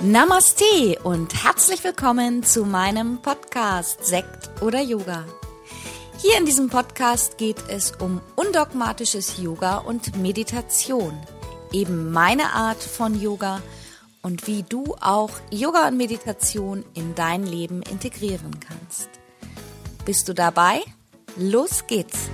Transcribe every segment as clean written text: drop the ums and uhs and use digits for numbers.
Namaste und herzlich willkommen zu meinem Podcast Sekt oder Yoga. Hier in diesem Podcast geht es um undogmatisches Yoga und Meditation, eben meine Art von Yoga und wie du auch Yoga und Meditation in dein Leben integrieren kannst. Bist du dabei? Los geht's!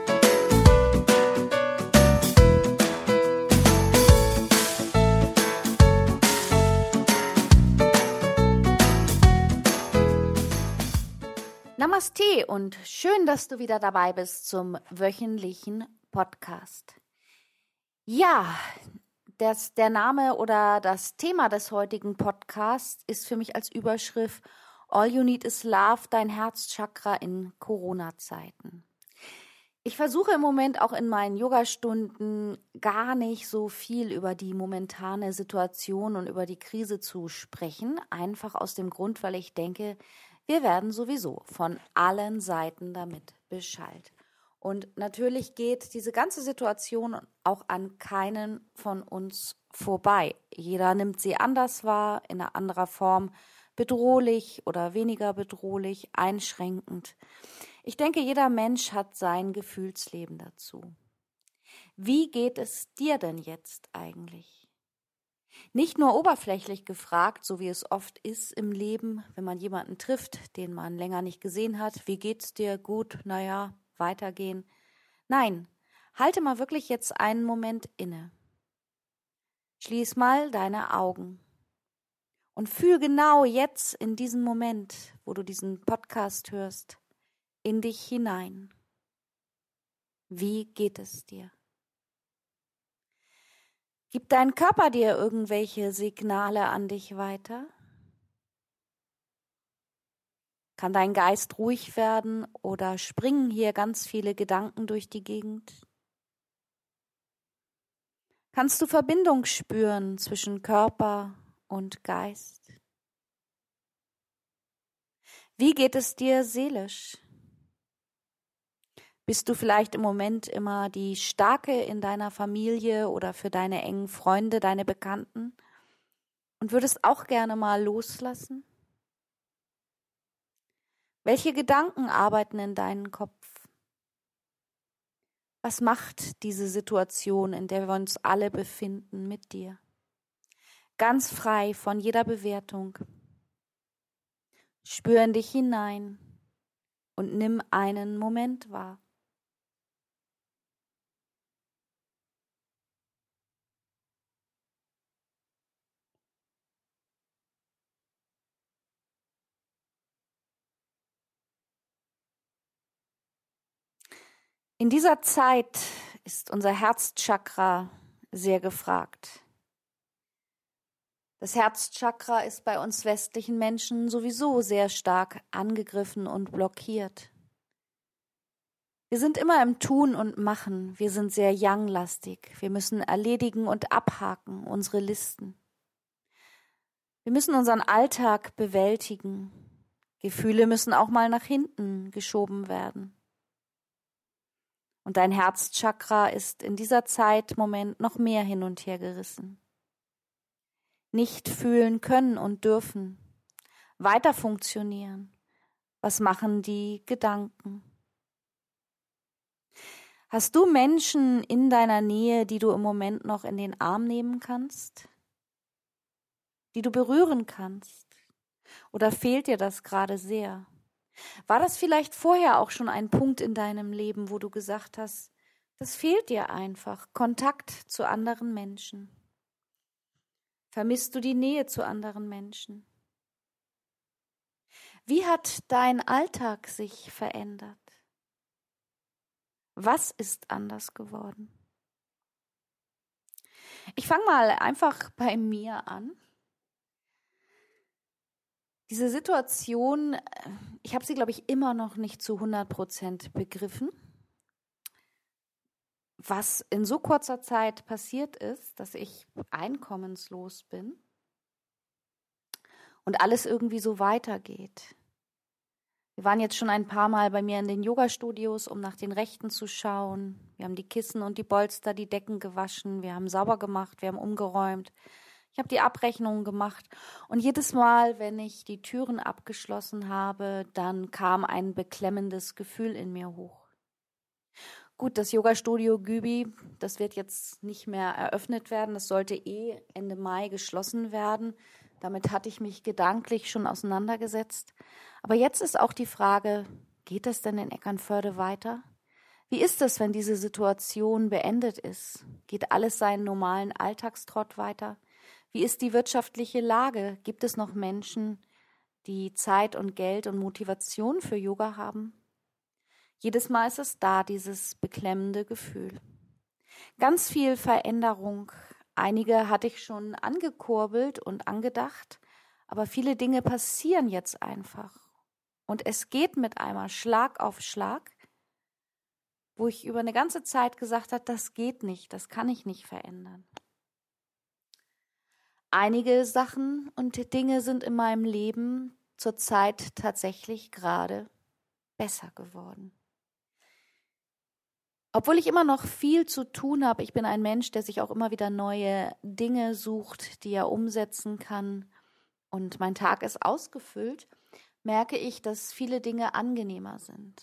Namaste und schön, dass du wieder dabei bist zum wöchentlichen Podcast. Ja, der Name oder das Thema des heutigen Podcasts ist für mich als Überschrift All You Need Is Love, dein Herzchakra in Corona-Zeiten. Ich versuche im Moment auch in meinen Yogastunden gar nicht so viel über die momentane Situation und über die Krise zu sprechen, einfach aus dem Grund, weil ich denke, wir werden sowieso von allen Seiten damit beschallt. Und natürlich geht diese ganze Situation auch an keinen von uns vorbei. Jeder nimmt sie anders wahr, in einer anderen Form, bedrohlich oder weniger bedrohlich, einschränkend. Ich denke, jeder Mensch hat sein Gefühlsleben dazu. Wie geht es dir denn jetzt eigentlich? Nicht nur oberflächlich gefragt, so wie es oft ist im Leben, wenn man jemanden trifft, den man länger nicht gesehen hat. Wie geht's dir? Gut, naja, weitergehen. Nein, halte mal wirklich jetzt einen Moment inne. Schließ mal deine Augen und fühl genau jetzt in diesem Moment, wo du diesen Podcast hörst, in dich hinein. Wie geht es dir? Gibt dein Körper dir irgendwelche Signale an dich weiter? Kann dein Geist ruhig werden oder springen hier ganz viele Gedanken durch die Gegend? Kannst du Verbindung spüren zwischen Körper und Geist? Wie geht es dir seelisch? Bist du vielleicht im Moment immer die Starke in deiner Familie oder für deine engen Freunde, deine Bekannten und würdest auch gerne mal loslassen? Welche Gedanken arbeiten in deinem Kopf? Was macht diese Situation, in der wir uns alle befinden, mit dir? Ganz frei von jeder Bewertung. Spür in dich hinein und nimm einen Moment wahr. In dieser Zeit ist unser Herzchakra sehr gefragt. Das Herzchakra ist bei uns westlichen Menschen sowieso sehr stark angegriffen und blockiert. Wir sind immer im Tun und Machen. Wir sind sehr yang-lastig. Wir müssen erledigen und abhaken unsere Listen. Wir müssen unseren Alltag bewältigen. Gefühle müssen auch mal nach hinten geschoben werden. Und dein Herzchakra ist in dieser Zeitmoment noch mehr hin und her gerissen. Nicht fühlen können und dürfen, weiter funktionieren. Was machen die Gedanken? Hast du Menschen in deiner Nähe, die du im Moment noch in den Arm nehmen kannst? Die du berühren kannst? Oder fehlt dir das gerade sehr? War das vielleicht vorher auch schon ein Punkt in deinem Leben, wo du gesagt hast, das fehlt dir einfach, Kontakt zu anderen Menschen? Vermisst du die Nähe zu anderen Menschen? Wie hat dein Alltag sich verändert? Was ist anders geworden? Ich fange mal einfach bei mir an. Diese Situation, ich habe sie, glaube ich, immer noch nicht zu 100% begriffen. Was in so kurzer Zeit passiert ist, dass ich einkommenslos bin und alles irgendwie so weitergeht. Wir waren jetzt schon ein paar Mal bei mir in den Yoga-Studios, um nach den Rechten zu schauen. Wir haben die Kissen und die Polster, die Decken gewaschen, wir haben sauber gemacht, wir haben umgeräumt. Ich habe die Abrechnungen gemacht und jedes Mal, wenn ich die Türen abgeschlossen habe, dann kam ein beklemmendes Gefühl in mir hoch. Gut, das Yoga-Studio Gübi, das wird jetzt nicht mehr eröffnet werden. Das sollte Ende Mai geschlossen werden. Damit hatte ich mich gedanklich schon auseinandergesetzt. Aber jetzt ist auch die Frage, geht es denn in Eckernförde weiter? Wie ist es, wenn diese Situation beendet ist? Geht alles seinen normalen Alltagstrott weiter? Wie ist die wirtschaftliche Lage? Gibt es noch Menschen, die Zeit und Geld und Motivation für Yoga haben? Jedes Mal ist es da, dieses beklemmende Gefühl. Ganz viel Veränderung. Einige hatte ich schon angekurbelt und angedacht, aber viele Dinge passieren jetzt einfach. Und es geht mit einmal Schlag auf Schlag, wo ich über eine ganze Zeit gesagt habe, das geht nicht, das kann ich nicht verändern. Einige Sachen und Dinge sind in meinem Leben zurzeit tatsächlich gerade besser geworden. Obwohl ich immer noch viel zu tun habe, ich bin ein Mensch, der sich auch immer wieder neue Dinge sucht, die er umsetzen kann und mein Tag ist ausgefüllt, merke ich, dass viele Dinge angenehmer sind.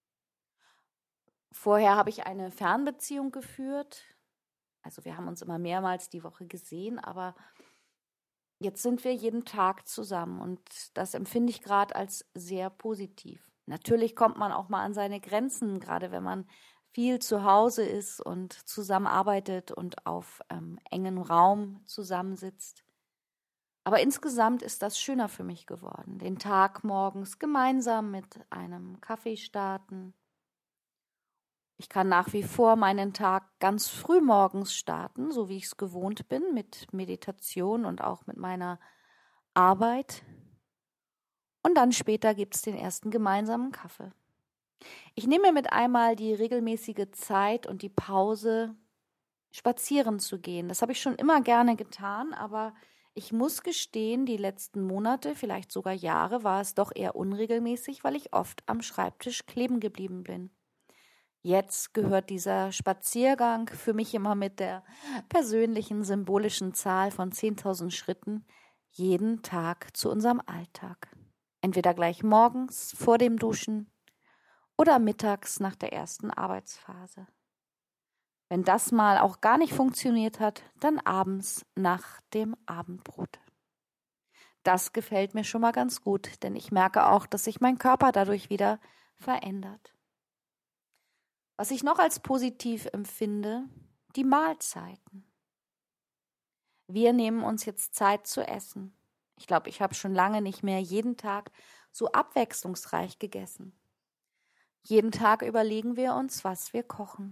Vorher habe ich eine Fernbeziehung geführt, also wir haben uns immer mehrmals die Woche gesehen, aber jetzt sind wir jeden Tag zusammen und das empfinde ich gerade als sehr positiv. Natürlich kommt man auch mal an seine Grenzen, gerade wenn man viel zu Hause ist und zusammenarbeitet und auf engem Raum zusammensitzt. Aber insgesamt ist das schöner für mich geworden. Den Tag morgens gemeinsam mit einem Kaffee starten. Ich kann nach wie vor meinen Tag ganz früh morgens starten, so wie ich es gewohnt bin, mit Meditation und auch mit meiner Arbeit. Und dann später gibt es den ersten gemeinsamen Kaffee. Ich nehme mir mit einmal die regelmäßige Zeit und die Pause, spazieren zu gehen. Das habe ich schon immer gerne getan, aber ich muss gestehen, die letzten Monate, vielleicht sogar Jahre, war es doch eher unregelmäßig, weil ich oft am Schreibtisch kleben geblieben bin. Jetzt gehört dieser Spaziergang für mich immer mit der persönlichen symbolischen Zahl von 10.000 Schritten jeden Tag zu unserem Alltag. Entweder gleich morgens vor dem Duschen oder mittags nach der ersten Arbeitsphase. Wenn das mal auch gar nicht funktioniert hat, dann abends nach dem Abendbrot. Das gefällt mir schon mal ganz gut, denn ich merke auch, dass sich mein Körper dadurch wieder verändert. Was ich noch als positiv empfinde, die Mahlzeiten. Wir nehmen uns jetzt Zeit zu essen. Ich glaube, ich habe schon lange nicht mehr jeden Tag so abwechslungsreich gegessen. Jeden Tag überlegen wir uns, was wir kochen.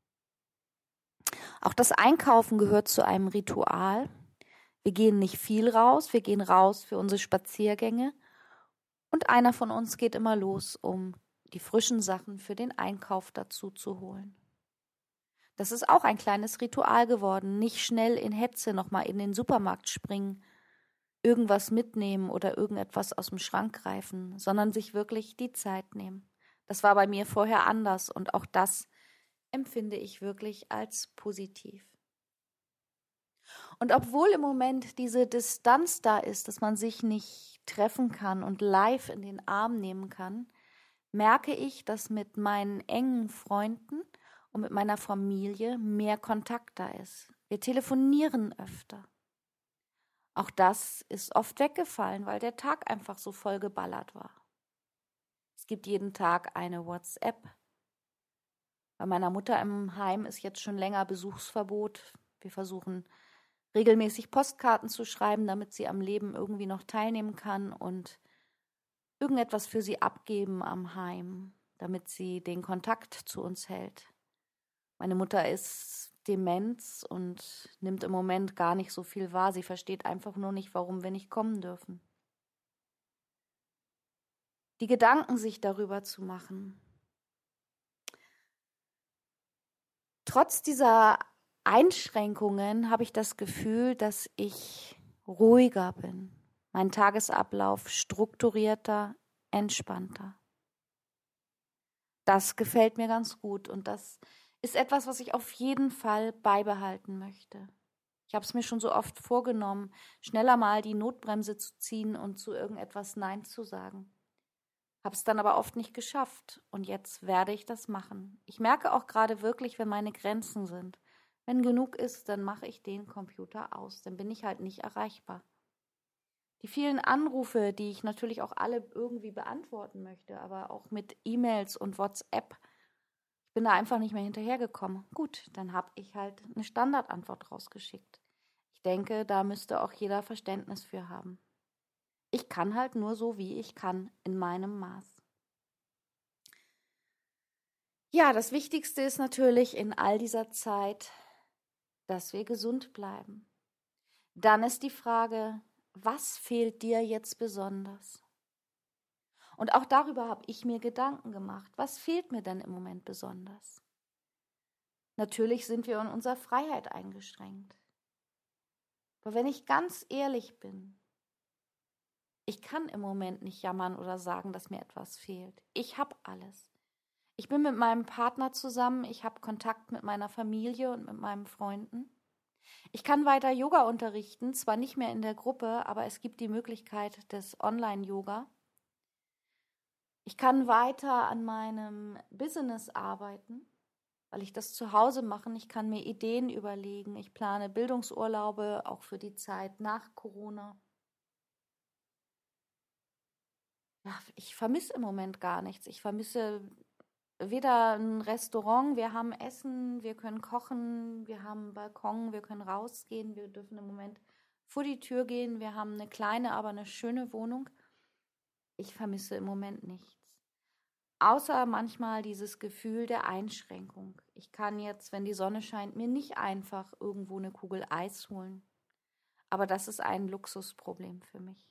Auch das Einkaufen gehört zu einem Ritual. Wir gehen nicht viel raus, wir gehen raus für unsere Spaziergänge und einer von uns geht immer los, um die frischen Sachen für den Einkauf dazu zu holen. Das ist auch ein kleines Ritual geworden, nicht schnell in Hetze nochmal in den Supermarkt springen, irgendwas mitnehmen oder irgendetwas aus dem Schrank greifen, sondern sich wirklich die Zeit nehmen. Das war bei mir vorher anders und auch das empfinde ich wirklich als positiv. Und obwohl im Moment diese Distanz da ist, dass man sich nicht treffen kann und live in den Arm nehmen kann, merke ich, dass mit meinen engen Freunden und mit meiner Familie mehr Kontakt da ist. Wir telefonieren öfter. Auch das ist oft weggefallen, weil der Tag einfach so voll geballert war. Es gibt jeden Tag eine WhatsApp. Bei meiner Mutter im Heim ist jetzt schon länger Besuchsverbot. Wir versuchen regelmäßig Postkarten zu schreiben, damit sie am Leben irgendwie noch teilnehmen kann und irgendetwas für sie abgeben am Heim, damit sie den Kontakt zu uns hält. Meine Mutter ist Demenz und nimmt im Moment gar nicht so viel wahr. Sie versteht einfach nur nicht, warum wir nicht kommen dürfen. Die Gedanken sich darüber zu machen. Trotz dieser Einschränkungen habe ich das Gefühl, dass ich ruhiger bin. Mein Tagesablauf strukturierter, entspannter. Das gefällt mir ganz gut und das ist etwas, was ich auf jeden Fall beibehalten möchte. Ich habe es mir schon so oft vorgenommen, schneller mal die Notbremse zu ziehen und zu irgendetwas Nein zu sagen. Habe es dann aber oft nicht geschafft und jetzt werde ich das machen. Ich merke auch gerade wirklich, wenn meine Grenzen sind. Wenn genug ist, dann mache ich den Computer aus, dann bin ich halt nicht erreichbar. Die vielen Anrufe, die ich natürlich auch alle irgendwie beantworten möchte, aber auch mit E-Mails und WhatsApp, ich bin da einfach nicht mehr hinterhergekommen. Gut, dann habe ich halt eine Standardantwort rausgeschickt. Ich denke, da müsste auch jeder Verständnis für haben. Ich kann halt nur so, wie ich kann, in meinem Maß. Ja, das Wichtigste ist natürlich in all dieser Zeit, dass wir gesund bleiben. Dann ist die Frage, was fehlt dir jetzt besonders? Und auch darüber habe ich mir Gedanken gemacht. Was fehlt mir denn im Moment besonders? Natürlich sind wir in unserer Freiheit eingeschränkt. Aber wenn ich ganz ehrlich bin, ich kann im Moment nicht jammern oder sagen, dass mir etwas fehlt. Ich habe alles. Ich bin mit meinem Partner zusammen, ich habe Kontakt mit meiner Familie und mit meinen Freunden. Ich kann weiter Yoga unterrichten, zwar nicht mehr in der Gruppe, aber es gibt die Möglichkeit des Online-Yoga. Ich kann weiter an meinem Business arbeiten, weil ich das zu Hause mache. Ich kann mir Ideen überlegen. Ich plane Bildungsurlaube, auch für die Zeit nach Corona. Ja, ich vermisse im Moment gar nichts. Ich vermisse weder ein Restaurant, wir haben Essen, wir können kochen, wir haben einen Balkon, wir können rausgehen, wir dürfen im Moment vor die Tür gehen, wir haben eine kleine, aber eine schöne Wohnung. Ich vermisse im Moment nichts. Außer manchmal dieses Gefühl der Einschränkung. Ich kann jetzt, wenn die Sonne scheint, mir nicht einfach irgendwo eine Kugel Eis holen. Aber das ist ein Luxusproblem für mich.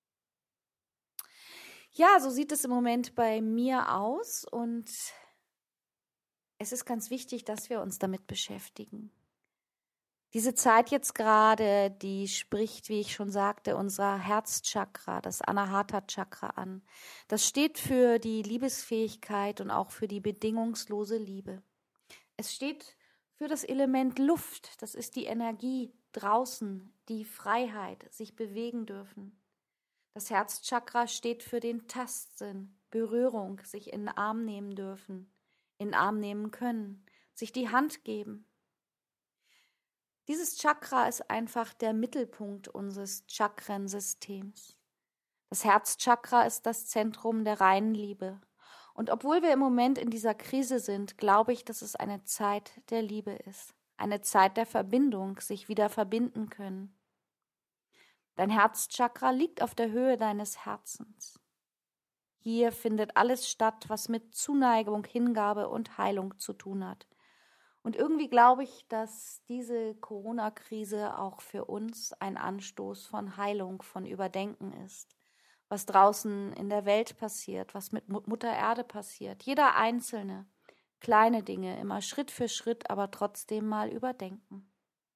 Ja, so sieht es im Moment bei mir aus und es ist ganz wichtig, dass wir uns damit beschäftigen. Diese Zeit jetzt gerade, die spricht, wie ich schon sagte, unser Herzchakra, das Anahata-Chakra an. Das steht für die Liebesfähigkeit und auch für die bedingungslose Liebe. Es steht für das Element Luft, das ist die Energie draußen, die Freiheit, sich bewegen dürfen. Das Herzchakra steht für den Tastsinn, Berührung, sich in den Arm nehmen dürfen, in den Arm nehmen können, sich die Hand geben. Dieses Chakra ist einfach der Mittelpunkt unseres Chakrensystems. Das Herzchakra ist das Zentrum der reinen Liebe. Und obwohl wir im Moment in dieser Krise sind, glaube ich, dass es eine Zeit der Liebe ist. Eine Zeit der Verbindung, sich wieder verbinden können. Dein Herzchakra liegt auf der Höhe deines Herzens. Hier findet alles statt, was mit Zuneigung, Hingabe und Heilung zu tun hat. Und irgendwie glaube ich, dass diese Corona-Krise auch für uns ein Anstoß von Heilung, von Überdenken ist. Was draußen in der Welt passiert, was mit Mutter Erde passiert. Jeder Einzelne, kleine Dinge, immer Schritt für Schritt, aber trotzdem mal überdenken.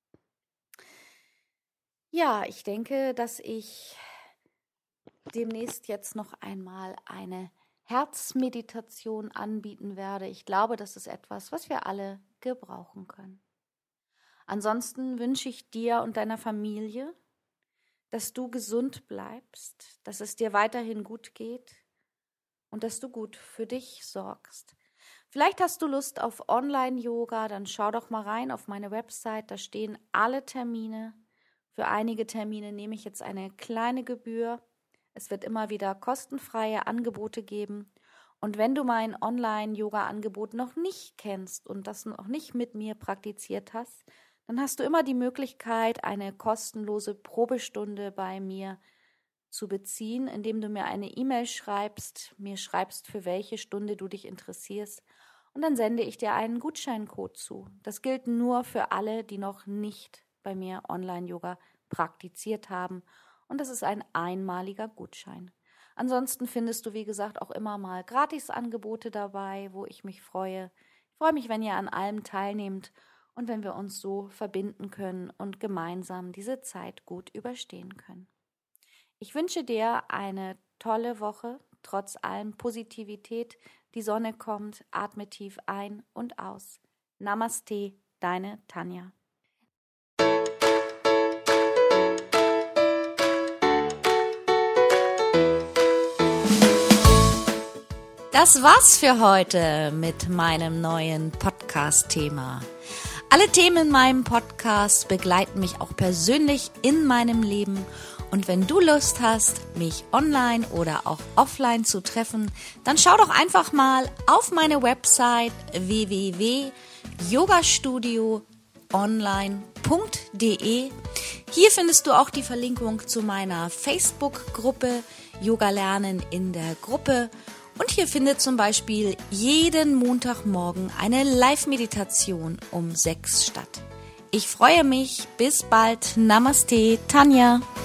Ja, ich denke, dass ich demnächst jetzt noch einmal eine Herzmeditation anbieten werde. Ich glaube, das ist etwas, was wir alle gebrauchen können. Ansonsten wünsche ich dir und deiner Familie, dass du gesund bleibst, dass es dir weiterhin gut geht und dass du gut für dich sorgst. Vielleicht hast du Lust auf Online-Yoga, dann schau doch mal rein auf meine Website, da stehen alle Termine. Für einige Termine nehme ich jetzt eine kleine Gebühr. Es wird immer wieder kostenfreie Angebote geben. Und wenn du mein Online-Yoga-Angebot noch nicht kennst und das noch nicht mit mir praktiziert hast, dann hast du immer die Möglichkeit, eine kostenlose Probestunde bei mir zu beziehen, indem du mir eine E-Mail schreibst, für welche Stunde du dich interessierst. Und dann sende ich dir einen Gutscheincode zu. Das gilt nur für alle, die noch nicht bei mir Online-Yoga praktiziert haben. Und das ist ein einmaliger Gutschein. Ansonsten findest du, wie gesagt, auch immer mal Gratisangebote dabei, wo ich mich freue. Ich freue mich, wenn ihr an allem teilnehmt und wenn wir uns so verbinden können und gemeinsam diese Zeit gut überstehen können. Ich wünsche dir eine tolle Woche, trotz allem Positivität. Die Sonne kommt, atme tief ein und aus. Namaste, deine Tanja. Das war's für heute mit meinem neuen Podcast-Thema. Alle Themen in meinem Podcast begleiten mich auch persönlich in meinem Leben. Und wenn du Lust hast, mich online oder auch offline zu treffen, dann schau doch einfach mal auf meine Website www.yogastudioonline.de. Hier findest du auch die Verlinkung zu meiner Facebook-Gruppe Yoga lernen in der Gruppe. Und hier findet zum Beispiel jeden Montagmorgen eine Live-Meditation um 6 statt. Ich freue mich. Bis bald. Namaste, Tanja.